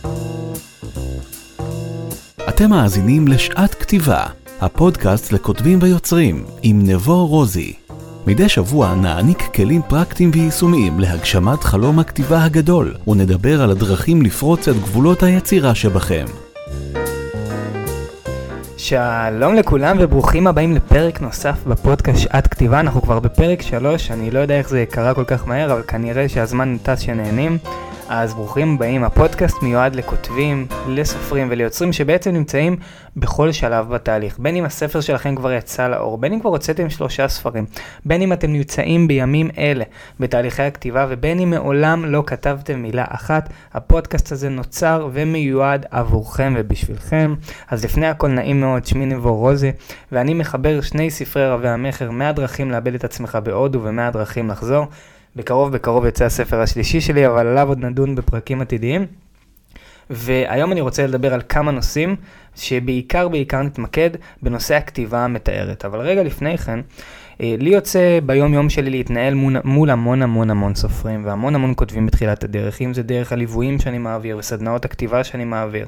אתם מאזינים לשעת כתיבה, הפודקאסט לכותבים ויוצרים עם נבו רוזי. מדי שבוע נעניק כלים פרקטיים ויישומיים להגשמת חלום הכתיבה הגדול, ונדבר על הדרכים לפרוץ את גבולות היצירה שבכם. שלום לכולם וברוכים הבאים לפרק נוסף בפודקאסט שעת כתיבה. אנחנו כבר בפרק 3, אני לא יודע איך זה קרה כל כך מהר, אבל כנראה שהזמן נטס שנהנים. אז ברוכים הבאים, הפודקאסט מיועד לכותבים, לסופרים וליוצרים שבעצם נמצאים בכל שלב בתהליך. בין אם הספר שלכם כבר יצא לאור, בין אם כבר הוצאתם 3 ספרים, בין אם אתם נמצאים בימים אלה בתהליכי הכתיבה, ובין אם מעולם לא כתבתם מילה אחת, הפודקאסט הזה נוצר ומיועד עבורכם ובשבילכם. אז לפני הכל נעים מאוד, שמי נבו רוזי, ואני מחבר 2 ספרי רבי המחר, 100 דרכים לאבד את עצמך בהודו ו100 דרכים לחזור. בקרוב יצא הספר השלישי שלי, אבל עליו עוד נדון בפרקים עתידיים. והיום אני רוצה לדבר על כמה נושאים שבעיקר נתמקד בנושא הכתיבה המתארת. אבל רגע לפני כן, לי יוצא ביום יום שלי להתנהל מול המון סופרים והמון כותבים בתחילת הדרך, אם זה דרך הליוויים שאני מעביר וסדנאות הכתיבה שאני מעביר.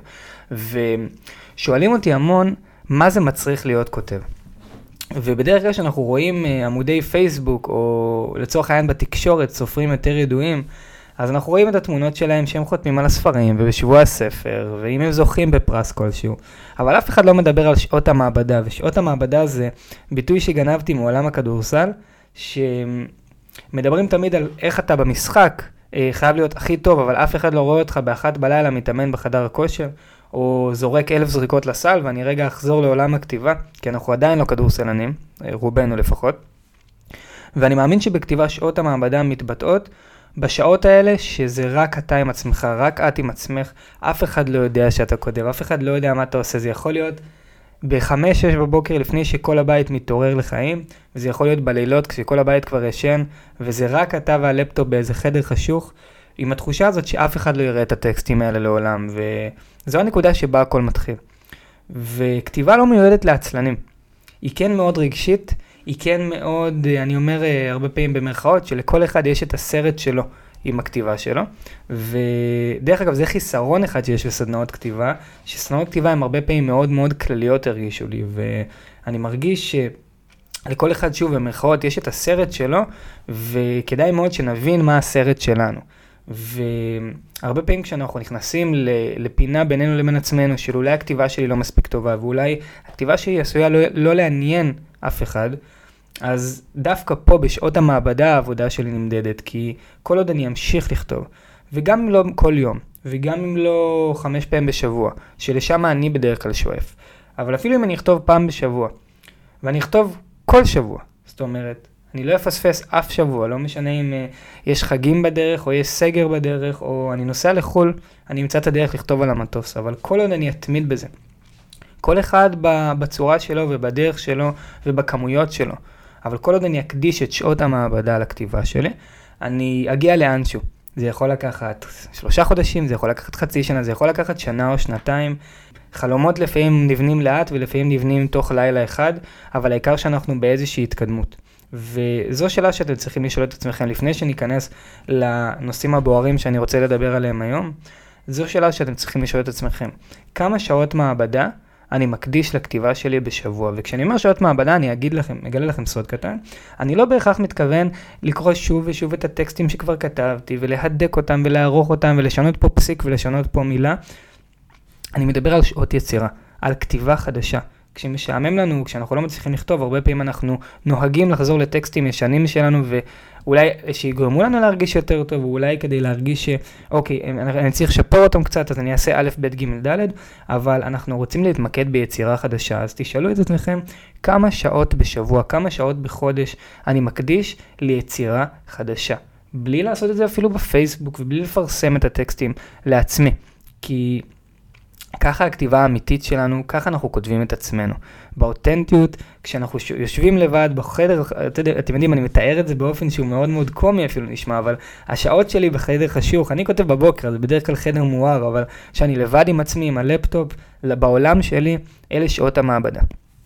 ושואלים אותי המון מה זה מצריך להיות כותב. ובדרך כלל שאנחנו רואים עמודי פייסבוק או לצורך העניין בתקשורת סופרים יותר ידועים, אז אנחנו רואים את התמונות שלהם שהם חותמים על הספרים ובשבוע הספר, ואם הם זוכים בפרס כלשהו. אבל אף אחד לא מדבר על שעות המעבדה, ושעות המעבדה זה ביטוי שגנבתי מעולם הכדורסל, שמדברים תמיד על איך אתה במשחק חייב להיות הכי טוב, אבל אף אחד לא רואה אותך באחת בלילה מתאמן בחדר הכושר, או זורק 1000 זריקות לסל, ואני רגע אחזור לעולם הכתיבה, כי אנחנו עדיין לא כדורסלנים, רובנו לפחות. ואני מאמין שבכתיבה שעות המעבדה מתבטאות בשעות האלה, שזה רק אתה עם עצמך, רק את עם עצמך, אף אחד לא יודע שאתה כותב, אף אחד לא יודע מה אתה עושה, זה יכול להיות ב-5-6 בבוקר לפני שכל הבית מתעורר לחיים, וזה יכול להיות בלילות כשכל הבית כבר ישן, וזה רק אתה והלפטופ באיזה חדר חשוך, עם התחושה הזאת שאף אחד לא יראה את הטקסטים האלה לעולם, וזו הנקודה שבה הכל מתחיל. וכתיבה לא מיועדת לעצלנים. היא כן מאוד רגשית, היא כן מאוד, אני אומר הרבה פעמים במרכאות, שלכל אחד יש את הסרט שלו עם הכתיבה שלו, ודרך אגב זה חיסרון אחד שיש בסדנאות כתיבה, שסדנאות כתיבה הם הרבה פעמים מאוד כלליות הרגישו לי, ואני מרגיש שלכל אחד שוב במרכאות יש את הסרט שלו, וכדאי מאוד שנבין מה הסרט שלנו. והרבה פעמים כשאנחנו נכנסים לפינה בינינו לבין עצמנו, של אולי הכתיבה שלי לא מספיק טובה, ואולי הכתיבה שלי עשויה לא לעניין אף אחד, אז דווקא פה בשעות המעבדה העבודה שלי נמדדת, כי כל עוד אני אמשיך לכתוב, וגם אם לא כל יום, וגם אם לא 5 פעמים בשבוע, שלשם אני בדרך כלל שואף, אבל אפילו אם אני אכתוב פעם בשבוע, ואני אכתוב כל שבוע, זאת אומרת, אני לא אפספס אף שבוע, לא משנה אם יש חגים בדרך, או יש סגר בדרך, או אני נוסע לחול, אני אמצא את הדרך לכתוב על המטוס, אבל כל עוד אני אתמיד בזה. כל אחד בצורה שלו ובדרך שלו ובכמויות שלו, אבל כל עוד אני אקדיש את שעות המעבדה לכתיבה שלי, אני אגיע לאנשהו. זה יכול לקחת 3 חודשים, זה יכול לקחת חצי שנה, זה יכול לקחת שנה או שנתיים. חלומות לפעמים נבנים לאט ולפעמים נבנים תוך לילה אחד, אבל העיקר שאנחנו באיזושהי התקדמות. וזו שאלה שאתם צריכים לשאול את עצמכם לפני שניכנס לנושאים הבוערים שאני רוצה לדבר עליהם היום. זו שאלה שאתם צריכים לשאול את עצמכם. כמה שעות מעבדה אני מקדיש לכתיבה שלי בשבוע? וכשאני אומר שעות מעבדה אני אגלה לכם סוד קטן. אני לא בהכרח מתכוון לקרוא שוב ושוב את הטקסטים שכבר כתבתי ולהדק אותם ולערוך אותם ולשנות פה פסיק ולשנות פה מילה. אני מדבר על שעות יצירה, על כתיבה חדשה. כשמשעמם לנו, כשאנחנו לא מצליחים לכתוב, הרבה פעמים אנחנו נוהגים לחזור לטקסטים ישנים שלנו, ואולי שיגרמו לנו להרגיש יותר טוב, ואולי כדי להרגיש אוקיי, אני צריך לשפר אותם קצת, אז אני אעשה א', ב', ג', ד', אבל אנחנו רוצים להתמקד ביצירה חדשה, אז תשאלו את עצמכם כמה שעות בשבוע, כמה שעות בחודש אני מקדיש ליצירה חדשה, בלי לעשות את זה אפילו בפייסבוק, ובלי לפרסם את הטקסטים לעצמי, כי ככה הכתיבה האמיתית שלנו, ככה אנחנו כותבים את עצמנו. באותנטיות, כשאנחנו יושבים לבד בחדר, אתם יודעים, אני מתאר את זה באופן שהוא מאוד קומי אפילו נשמע, אבל השעות שלי בחדר חשוך, אני כותב בבוקר, זה בדרך כלל חדר מואר, אבל שאני לבד עם עצמי, עם הלפטופ, בעולם שלי, אלה שעות המעבדה.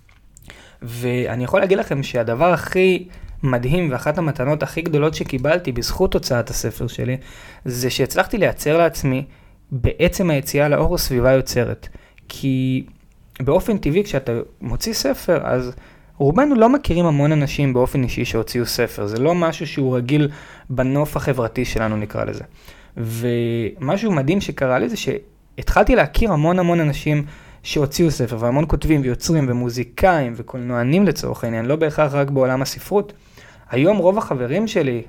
ואני יכול להגיד לכם שהדבר הכי מדהים ואחת המתנות הכי גדולות שקיבלתי בזכות הוצאת הספר שלי, זה שהצלחתי לייצר לעצמי בעצם היציאה לאור סביבה יוצרת. כי באופן טבעי כשאתה מוציא ספר, אז רובנו לא מכירים המון אנשים באופן אישי שהוציאו ספר. זה לא משהו שהוא רגיל בנוף החברתי שלנו, נקרא לזה. ומשהו מדהים שקרה לי זה שהתחלתי להכיר המון אנשים שהוציאו ספר, והמון כותבים ויוצרים ומוזיקאים וקולנוענים לצורך העניין, לא בהכרח רק בעולם הספרות. היום רוב החברים שלי,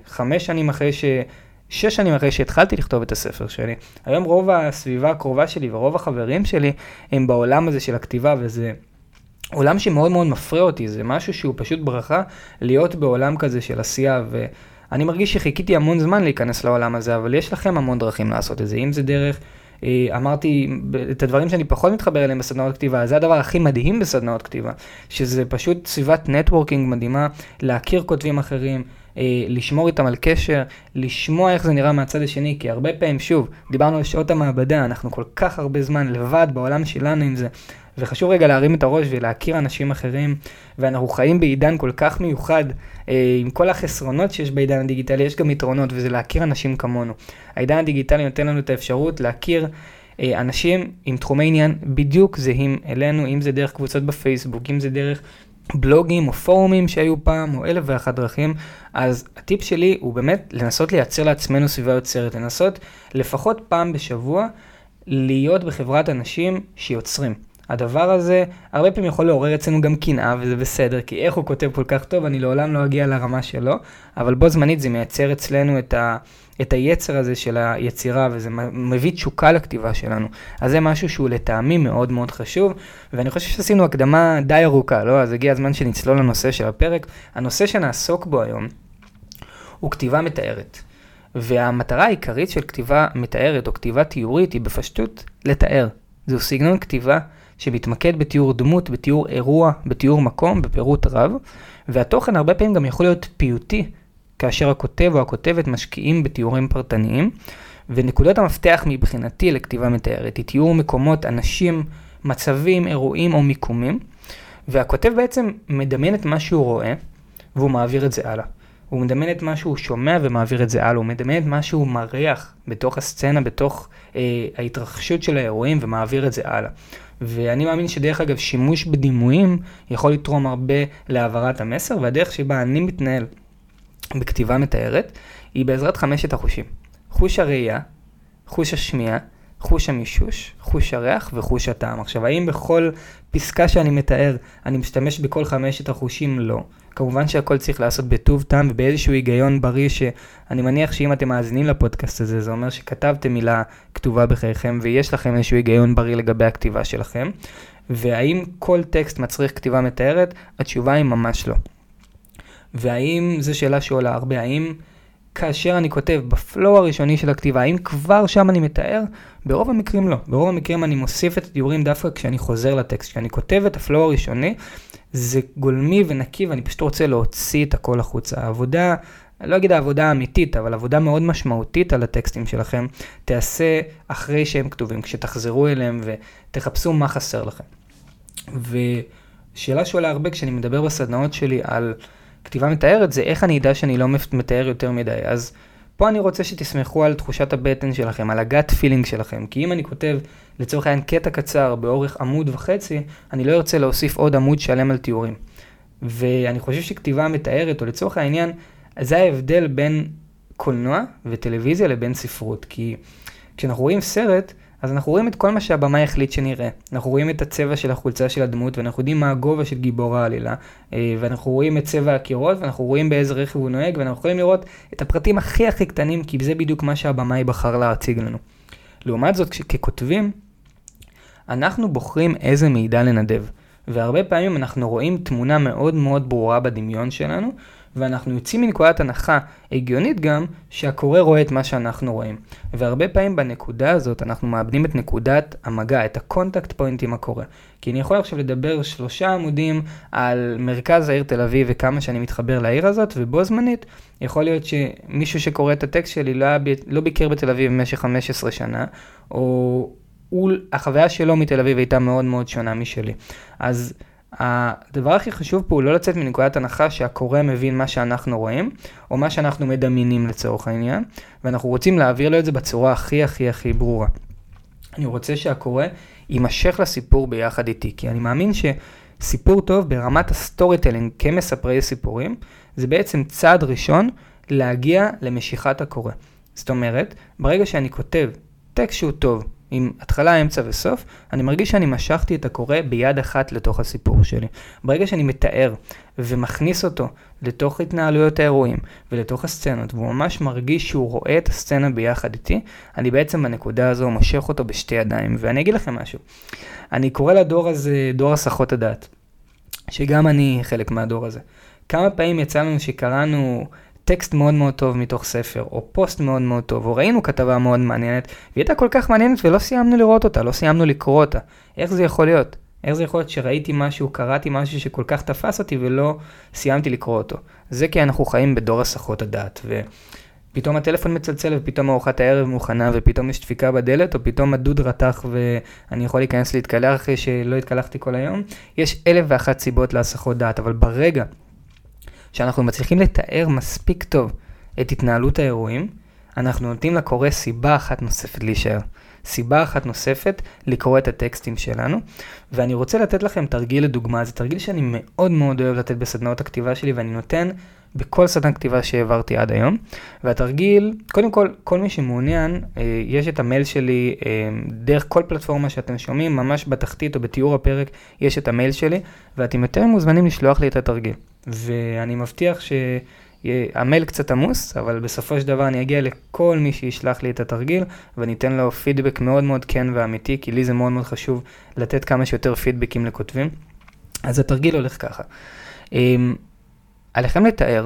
6 שנים אחרי שהתחלתי לכתוב את הספר שלי, היום רוב הסביבה הקרובה שלי ורוב החברים שלי הם בעולם הזה של הכתיבה, וזה עולם שמאוד מאוד מפריע אותי, זה משהו שהוא פשוט ברכה להיות בעולם כזה של עשייה, ואני מרגיש שחיכיתי המון זמן להיכנס לעולם הזה, אבל יש לכם המון דרכים לעשות את זה, אם זה דרך, אמרתי את הדברים שאני פחות מתחבר אליהם בסדנאות כתיבה, זה הדבר הכי מדהים בסדנאות כתיבה, שזה פשוט סביבת נטוורקינג מדהימה, להכיר כותבים אחרים, לשמור איתם על קשר, לשמוע איך זה נראה מהצד השני, כי הרבה פעמים, שוב, דיברנו על שעות המעבדה, אנחנו כל כך הרבה זמן לבד בעולם שלנו עם זה, וחשוב רגע להרים את הראש ולהכיר אנשים אחרים, ואנחנו חיים בעידן כל כך מיוחד, עם כל החסרונות שיש בעידן הדיגיטלי, יש גם יתרונות, וזה להכיר אנשים כמונו. העידן הדיגיטלי נותן לנו את האפשרות להכיר אנשים עם תחומי עניין בדיוק זהים אלינו, אם זה דרך קבוצות בפייסבוק, אם זה דרך בלוגים או פורומים שהיו פעם, או 1,001 דרכים. אז הטיפ שלי הוא באמת לנסות לייצר לעצמנו סביבה יוצרת, לנסות לפחות פעם בשבוע להיות בחברת אנשים שיוצרים. הדבר הזה הרבה פעמים יכול לעורר אצלנו גם קנאה, וזה בסדר, כי איך הוא כותב כל כך טוב, אני לעולם לא אגיע לרמה שלו, אבל בו זמנית זה מייצר אצלנו את היצר הזה של היצירה, וזה מביא תשוקה לכתיבה שלנו. אז זה משהו שהוא לטעמי מאוד מאוד חשוב, ואני חושב שעשינו הקדמה די ארוכה, לא? אז הגיע הזמן שנצלול לנושא של הפרק. הנושא שנעסוק בו היום הוא כתיבה מתארת. והמטרה העיקרית של כתיבה מתארת או כתיבה תיאורית היא בפשטות לתאר. זהו סגנון כתיבה שמתמקד בתיאור דמות, בתיאור אירוע, בתיאור מקום, בפירוט רב, והתוכן הרבה פעמים גם יכול להיות פיוטי, כאשר הכותב או הכותבת משקיעים בתיאורים פרטניים, ונקודות המפתח מבחינתי לכתיבה מתארת היא תיאור מקומות, אנשים, מצבים, אירועים או מיקומים, והכותב בעצם מדמיין את מה שהוא רואה, והוא מעביר את זה הלאה. הוא מדמיין את מה שהוא שומע ומעביר את זה הלאה, הוא מדמיין את מה שהוא מריח בתוך הסצנה, בתוך ההתרחשות של האירועים ומעביר את זה הלאה. ואני מאמין שדרך אגב שימוש בדימויים יכול לתרום הרבה להעברת המסר, והדרך שבה אני מתנהל בכתיבה מתארת היא בעזרת 5 החושים. חוש הראייה, חוש השמיעה, חוש המישוש, חוש הריח וחוש הטעם. עכשיו, האם בכל פסקה שאני מתאר אני משתמש בכל 5 החושים? לא. כמובן שהכל צריך לעשות בטוב טעם ובאיזשהו היגיון בריא, שאני מניח שאם אתם מאזינים לפודקאסט הזה, זה אומר שכתבתם מילה כתובה בחייכם ויש לכם איזשהו היגיון בריא לגבי הכתיבה שלכם. והאם כל טקסט מצריך כתיבה מתארת? התשובה היא ממש לא. והאם, זו שאלה שעולה הרבה, האם כאשר אני כותב בפלואו הראשוני של הכתיבה, האם כבר שם אני מתאר? ברוב המקרים לא. ברוב המקרים אני מוסיף את התיאורים דווקא כשאני חוזר לטקסט. כשאני כותב את הפלואו הראשוני, זה גולמי ונקי, ואני פשוט רוצה להוציא את הכל החוצה. העבודה, אני לא אגיד העבודה האמיתית, אבל עבודה מאוד משמעותית על הטקסטים שלכם, תעשה אחרי שהם כתובים, כשתחזרו אליהם ותחפשו מה חסר לכם. ושאלה שעולה הרבה כשאני מדבר בסדנאות שלי על כתיבה מתארת, זה איך אני יודע שאני לא מתאר יותר מדי. אז פה אני רוצה שתסמכו על תחושת הבטן שלכם, על הגאט פילינג שלכם. כי אם אני כותב לצורך העניין קטע קצר באורך 1.5 עמוד, אני לא ארצה להוסיף עוד עמוד שלם על תיאורים. ואני חושב שכתיבה מתארת, או לצורך העניין, זה ההבדל בין קולנוע וטלוויזיה לבין ספרות. כי כשאנחנו רואים סרט, אז אנחנו רואים את כל מה שהבמה החליט שנראה. אנחנו רואים את הצבע של החולצה של הדמות, ואנחנו יודעים מה הגובה של גיבור העלילה, ואנחנו רואים את צבע הקירות, ואנחנו רואים באיזה רכב הוא נוהג, ואנחנו יכולים לראות את הפרטים הכי קטנים, כי זה בדיוק מה שהבמה בחר להציג לנו. לעומת זאת, ככותבים, אנחנו בוחרים איזה מידע לנדב, והרבה פעמים אנחנו רואים תמונה מאוד מאוד ברורה בדמיון שלנו, ואנחנו יוצאים מנקודת הנחה הגיונית גם שהקורא רואה את מה שאנחנו רואים. והרבה פעמים בנקודה הזאת אנחנו מאבדים את נקודת המגע, את הקונטקט פוינט עם הקורא. כי אני יכול עכשיו לדבר 3 עמודים על מרכז העיר תל אביב וכמה שאני מתחבר לעיר הזאת, ובו זמנית יכול להיות שמישהו שקורא את הטקסט שלי לא ביקר בתל אביב במשך 15 שנה, או החוויה שלו מתל אביב הייתה מאוד מאוד שונה משלי. אז הדבר הכי חשוב פה הוא לא לצאת מנקודת הנחה שהקורא מבין מה שאנחנו רואים, או מה שאנחנו מדמיינים לצורך העניין, ואנחנו רוצים להעביר לו את זה בצורה הכי ברורה. אני רוצה שהקורא יימשך לסיפור ביחד איתי, כי אני מאמין שסיפור טוב ברמת הסטורי טלינג כמספרי סיפורים, זה בעצם צעד ראשון להגיע למשיכת הקורא. זאת אומרת, ברגע שאני כותב טקסט שהוא טוב, עם התחלה, אמצע וסוף, אני מרגיש שאני משכתי את הקורא ביד אחת לתוך הסיפור שלי. ברגע שאני מתאר ומכניס אותו לתוך התנהלויות האירועים ולתוך הסצנות, והוא ממש מרגיש שהוא רואה את הסצנה ביחד איתי, אני בעצם בנקודה הזו מושך אותו בשתי ידיים. ואני אגיד לכם משהו. אני קורא לדור הזה דור הסחות הדעת, שגם אני חלק מהדור הזה. כמה פעמים יצא לנו שקראנו טקסט מאוד מאוד טוב מתוך ספר, או פוסט מאוד מאוד טוב, או ראינו כתבה מאוד מעניינת, והיא הייתה כל כך מעניינת ולא סיימנו לראות אותה, לא סיימנו לקרוא אותה. איך זה יכול להיות? איך זה יכול להיות שראיתי משהו, קראתי משהו שכל כך תפס אותי ולא סיימתי לקרוא אותו? זה כי אנחנו חיים בדור הסחות הדעת, ופתאום הטלפון מצלצל, ופתאום ארוחת הערב מוכנה, ופתאום יש דפיקה בדלת, או פתאום הדוד רתח ואני יכול להיכנס להתקלח אחרי שלא התקלחתי כל היום. יש 1,001 סיבות להסחות דעת, אבל ברגע שאנחנו מצליחים לתאר מספיק טוב את התנהלות האירועים, אנחנו נותנים לקורא סיבה אחת נוספת להישאר. סיבה אחת נוספת לקרוא את הטקסטים שלנו, ואני רוצה לתת לכם תרגיל לדוגמה. זה תרגיל שאני מאוד מאוד אוהב לתת בסדנאות הכתיבה שלי, ואני נותן בכל סדנת כתיבה שהעברתי עד היום. והתרגיל, קודם כל, כל מי שמעוניין, יש את המייל שלי, דרך כל פלטפורמה שאתם שומעים, ממש בתחתית או בתיאור הפרק, יש את המייל שלי, ואתם יותר מוזמנים לשלוח לי את התרגיל. ואני מבטיח שהמייל קצת עמוס, אבל בסופו של דבר אני אגיע לכל מי שישלח לי את התרגיל, ואני אתן לו פידבק מאוד מאוד כן ואמיתי, כי לי זה מאוד מאוד חשוב לתת כמה שיותר פידבקים לכותבים. אז התרגיל הולך ככה. עליכם לתאר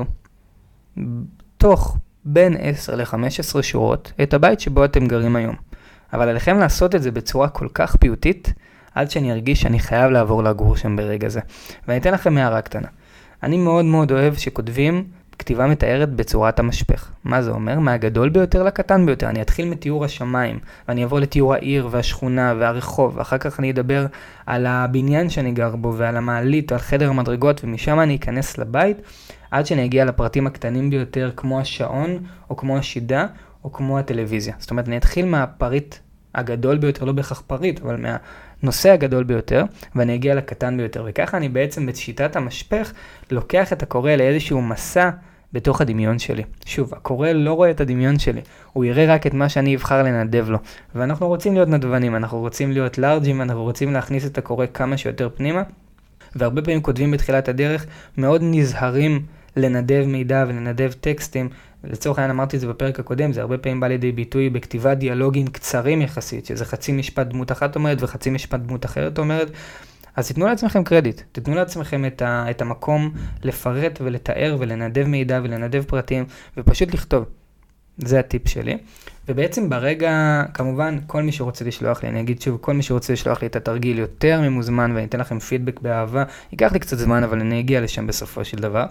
תוך בין 10 ל-15 שורות את הבית שבו אתם גרים היום. אבל עליכם לעשות את זה בצורה כל כך פיוטית, עד שאני ארגיש שאני חייב לעבור לגור שם ברגע זה. ואני אתן לכם הערה קטנה. אני מאוד מאוד אוהב שכותבים כתיבה מתארת בצורת המשפך. מה זה אומר? מהגדול ביותר לקטן ביותר. אני אתחיל מתיאור השמיים, ואני אעבור לתיאור העיר והשכונה והרחוב, ואחר כך אני אדבר על הבניין שאני גר בו, ועל המעלית, ועל חדר המדרגות, ומשם אני אכנס לבית, עד שאני אגיע לפרטים הקטנים ביותר, כמו השעון, או כמו השידה, או כמו הטלוויזיה. זאת אומרת, אני אתחיל מהפריט הגדול ביותר, לא בהכרח פריט, אבל מהנושא הגדול ביותר, ואני אגיע לקטן ביותר. וככה אני בעצם בשיטת המשפך לוקח את הקורא לאיזשהו מסע בתוך הדמיון שלי. שוב, הקורא לא רואה את הדמיון שלי, הוא יראה רק את מה שאני אבחר לנדב לו. ואנחנו רוצים להיות נדבנים, אנחנו רוצים להיות לארג'ים, אנחנו רוצים להכניס את הקורא כמה שיותר פנימה, והרבה פעמים כותבים בתחילת הדרך, מאוד נזהרים לנדב מידע ולנדב טקסטים. לצורך העניין אמרתי את זה בפרק הקודם, זה הרבה פעמים בא לידי ביטוי בכתיבת דיאלוגים קצרים יחסית, שזה חצי משפט דמות אחת אומרת וחצי משפט דמות אחרת אומרת. אז תתנו לעצמכם קרדיט, תתנו לעצמכם את המקום לפרט ולתאר ולנדב מידע ולנדב פרטים, ופשוט לכתוב. זה הטיפ שלי. ובעצם ברגע, כמובן, כל מי שרוצה לשלוח לי, אני אגיד שוב, כל מי שרוצה לשלוח לי את התרגיל יותר ממוזמן, ואני אתן לכם פידבק באהבה, ייקח לי קצת זמן, אבל אני אגיע לשם בסופו של דבר.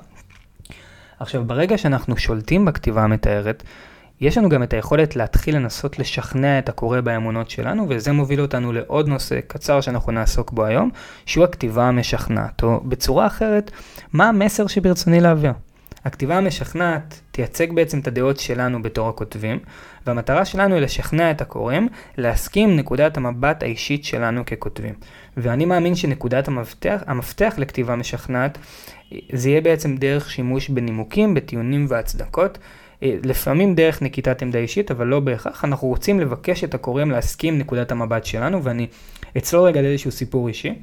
עכשיו, ברגע שאנחנו שולטים בכתיבה המתארת, יש לנו גם את היכולת להתחיל לנסות לשכנע את הקורא באמונות שלנו, וזה מוביל אותנו לעוד נושא קצר שאנחנו נעסוק בו היום, שהוא הכתיבה המשכנעת, או בצורה אחרת, מה המסר שברצוני להעביר. הכתיבה המשכנעת תייצג בעצם את הדעות שלנו בתור הכותבים, והמטרה שלנו היא לשכנע את הקוראים, להסכים עם נקודת המבט האישית שלנו ככותבים. ואני מאמין שנקודת המפתח לכתיבה משכנעת, זה יהיה בעצם דרך שימוש בנימוקים, בטיעונים והצדקות, לפעמים דרך נקיטת עמדה אישית, אבל לא בהכרח. אנחנו רוצים לבקש את הקוראים להסכים עם נקודת המבט שלנו, ואני אצלול רגע לאיזשהו סיפור אישי.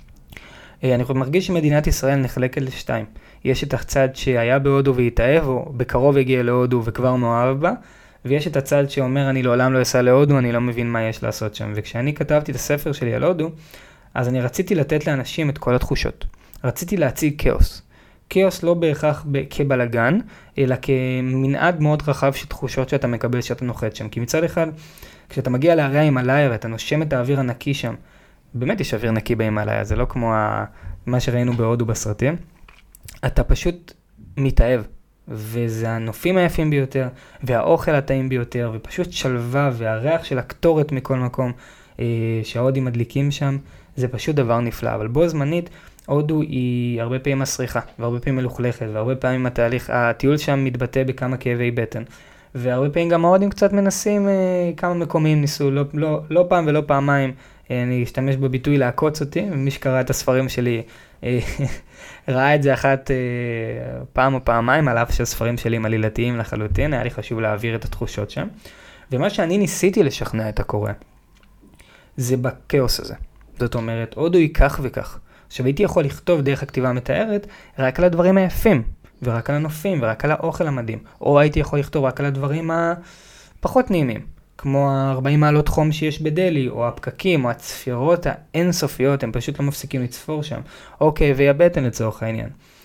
אני מרגיש שמדינת ישראל נחלקת לשתיים. יש את הצד שהיה בהודו והתאהב, או בקרוב הגיע להודו וכבר מאוהב בה, ויש את הצד שאומר אני לעולם לא אסע להודו, אני לא מבין מה יש לעשות שם. וכשאני כתבתי את הספר שלי על הודו, אז אני רציתי לתת לאנשים את כל התחושות. רציתי להציג כאוס. כאוס לא בהכרח כבלגן, אלא כמנעד מאוד רחב של תחושות שאתה מקבל שאתה נוחת שם. כי מצד אחד, כשאתה מגיע להרי ההימאליה ואתה נושם את האוויר הנקי שם, באמת יש אוויר נקי בהימאליה, זה לא כמו מה שראינו בהודו בסרטים. אתה פשוט מתאהב, וזה הנופים היפים ביותר, והאוכל הטעים ביותר, ופשוט שלווה, והריח של הקטורת מכל מקום שההודים מדליקים שם, זה פשוט דבר נפלא. אבל בו זמנית, הודו היא הרבה פעמים מסריחה, והרבה פעמים מלוכלכת, והרבה פעמים הטיול שם מתבטא בכמה כאבי בטן. והרבה פעמים גם ההודים קצת מנסים, כמה מקומיים ניסו, לא פעם ולא פעמיים, אני אשתמש בביטוי לעקוץ אותי, ומי שקרא את הספרים שלי ראה את זה אחת פעם או פעמיים, על אף שהספרים שלי הם עלילתיים לחלוטין, היה לי חשוב להעביר את התחושות שם. ומה שאני ניסיתי לשכנע את הקורא, זה בקאוס הזה. זאת אומרת, הודו היא כך וכך. עכשיו הייתי יכול לכתוב דרך הכתיבה המתארת רק על הדברים היפים, ורק על הנופים, ורק על האוכל המדהים. או הייתי יכול לכתוב רק על הדברים הפחות נעימים, כמו 40 מעלות חום שיש בדלי, או הפקקים, או הצפירות האינסופיות, הם פשוט לא מפסיקים לצפור שם. או כאבי הבטן לצורך העניין.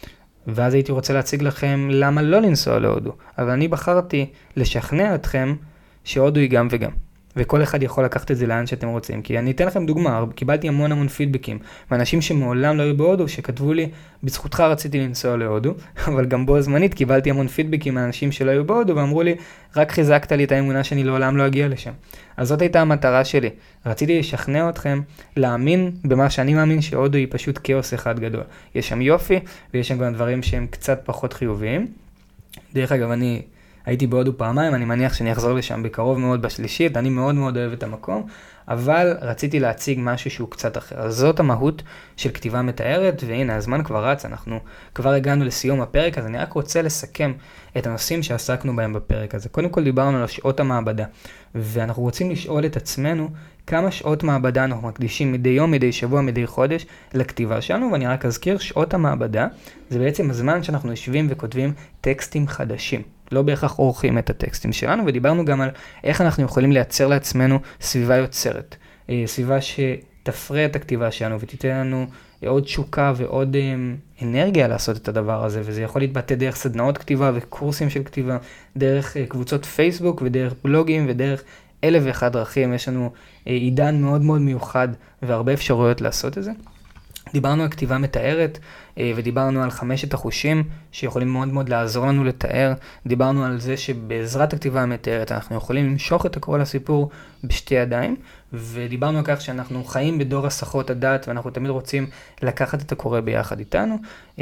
ואז הייתי רוצה להציג לכם למה לא לנסוע להודו. אבל אני בחרתי לשכנע אתכם שהודו היא גם וגם. וכל אחד יכול לקחת את זה לאן שאתם רוצים. כי אני אתן לכם דוגמה, קיבלתי המון פידבקים, מאנשים שמעולם לא היו בהודו, שכתבו לי, בזכותך רציתי לנסוע להודו, אבל גם בו זמנית קיבלתי המון פידבקים מאנשים שלא היו בהודו, ואמרו לי, רק חיזקת לי את האמונה שאני לעולם לא אגיע לשם. אז זאת הייתה המטרה שלי. רציתי לשכנע אתכם להאמין במה שאני מאמין שהודו היא פשוט כאוס אחד גדול. יש שם יופי, ויש שם גם דברים שהם קצת פחות חיוביים. דרך אגב, אני הייתי בהודו פעמיים, אני מניח שאני אחזור לשם בקרוב מאוד בשלישית, אני מאוד מאוד אוהב את המקום, אבל רציתי להציג משהו שהוא קצת אחר. אז זאת המהות של כתיבה מתארת, והנה הזמן כבר רץ, אנחנו כבר הגענו לסיום הפרק, אז אני רק רוצה לסכם את הנושאים שעסקנו בהם בפרק הזה. קודם כל דיברנו על שעות המעבדה, ואנחנו רוצים לשאול את עצמנו כמה שעות מעבדה אנחנו מקדישים מדי יום, מדי שבוע, מדי חודש לכתיבה שלנו, ואני רק אזכיר, שעות המעבדה זה בעצם הזמן שאנחנו יושבים וכותבים טקסטים חדשים. לא בהכרח עורכים את הטקסטים שלנו, ודיברנו גם על איך אנחנו יכולים לייצר לעצמנו סביבה יוצרת. סביבה שתפרה את הכתיבה שלנו ותיתן לנו עוד תשוקה ועוד אנרגיה לעשות את הדבר הזה, וזה יכול להתבטא דרך סדנאות כתיבה וקורסים של כתיבה, דרך קבוצות פייסבוק ודרך בלוגים ודרך 1,001 דרכים. יש לנו עידן מאוד מאוד מיוחד והרבה אפשרויות לעשות את זה. דיברנו על כתיבה מתארת, ודיברנו על 5 החושים שיכולים מאוד מאוד לעזור לנו לתאר. דיברנו על זה שבעזרת הכתיבה המתארת אנחנו יכולים למשוך את הקורא לסיפור בשתי ידיים, ודיברנו על כך שאנחנו חיים בדור הסחות הדעת, ואנחנו תמיד רוצים לקחת את הקורא ביחד איתנו.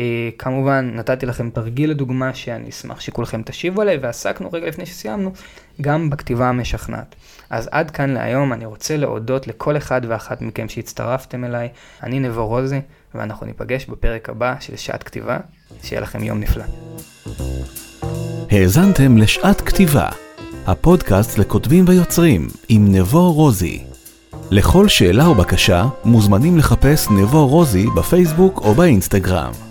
כמובן נתתי לכם תרגיל לדוגמה שאני אשמח שכולכם תשיבו עליי, ועסקנו רגע לפני שסיימנו גם בכתיבה המשכנעת. אז עד כאן להיום, אני רוצה להודות לכל אחד ואחת מכם שהצטרפתם אליי. אני נבו רוזי, ואנחנו ניפגש בפרק הבא של שעת כתיבה. שיהיה לכם יום נפלא. האזנתם לשעת כתיבה, הפודקאסט לכותבים ויוצרים עם נבו רוזי. לכל שאלה או בקשה מוזמנים לחפש נבו רוזי בפייסבוק או באינסטגרם.